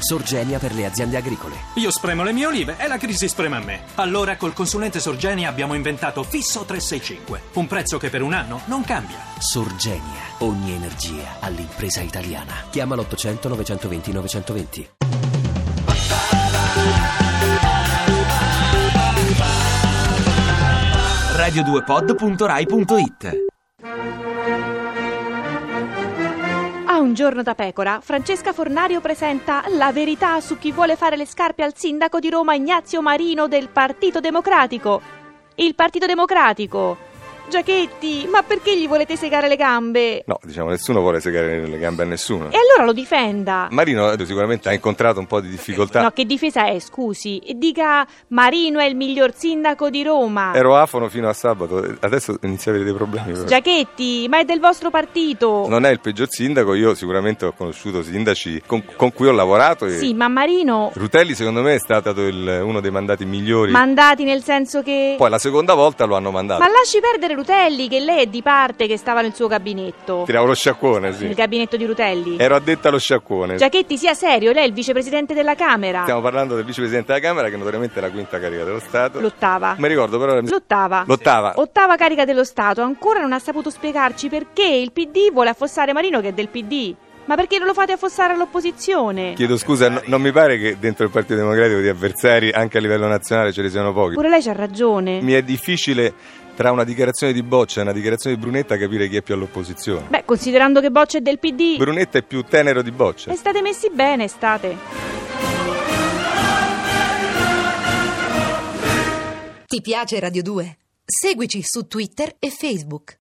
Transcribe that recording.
Sorgenia per le aziende agricole. Io spremo le mie olive e la crisi sprema me. Allora col consulente Sorgenia abbiamo inventato Fisso 365, un prezzo che per un anno non cambia. Sorgenia, ogni energia all'impresa italiana. Chiama l'800 920 920. radio2pod.rai.it. A un giorno da pecora, Francesca Fornario presenta La verità su chi vuole fare le scarpe al sindaco di Roma Ignazio Marino del Partito Democratico. Il Partito Democratico. Giachetti, ma perché gli volete segare le gambe? No, diciamo, nessuno vuole segare le gambe a nessuno. E allora lo difenda. Marino sicuramente ha incontrato un po' di difficoltà. No, che difesa è, scusi? Dica, Marino è il miglior sindaco di Roma. Ero afono fino a sabato, adesso inizia a avere dei problemi. Però. Giachetti, ma è del vostro partito. Non è il peggior sindaco, io sicuramente ho conosciuto sindaci con cui ho lavorato. Sì, ma Marino... Rutelli secondo me è stato uno dei mandati migliori. Mandati nel senso che... Poi la seconda volta lo hanno mandato. Ma lasci perdere Rutelli, che lei è di parte, che stava nel suo gabinetto. Tiravo lo sciacquone, sì. Il gabinetto di Rutelli. Ero addetta allo sciacquone. Giachetti, sia serio, lei è il vicepresidente della Camera. Stiamo parlando del vicepresidente della Camera, che notoriamente è la quinta carica dello Stato. L'ottava. Mi ricordo però... L'ottava. Ottava carica dello Stato. Ancora non ha saputo spiegarci perché il PD vuole affossare Marino, che è del PD. Ma perché non lo fate affossare all'opposizione? Chiedo scusa, non mi pare che dentro il Partito Democratico di avversari anche a livello nazionale ce ne siano pochi. Pure lei c'ha ragione. Mi è difficile tra una dichiarazione di Boccia e una dichiarazione di Brunetta capire chi è più all'opposizione. Beh, considerando che Boccia è del PD... Brunetta è più tenero di Boccia. E state messi bene, state. Ti piace Radio 2? Seguici su Twitter e Facebook.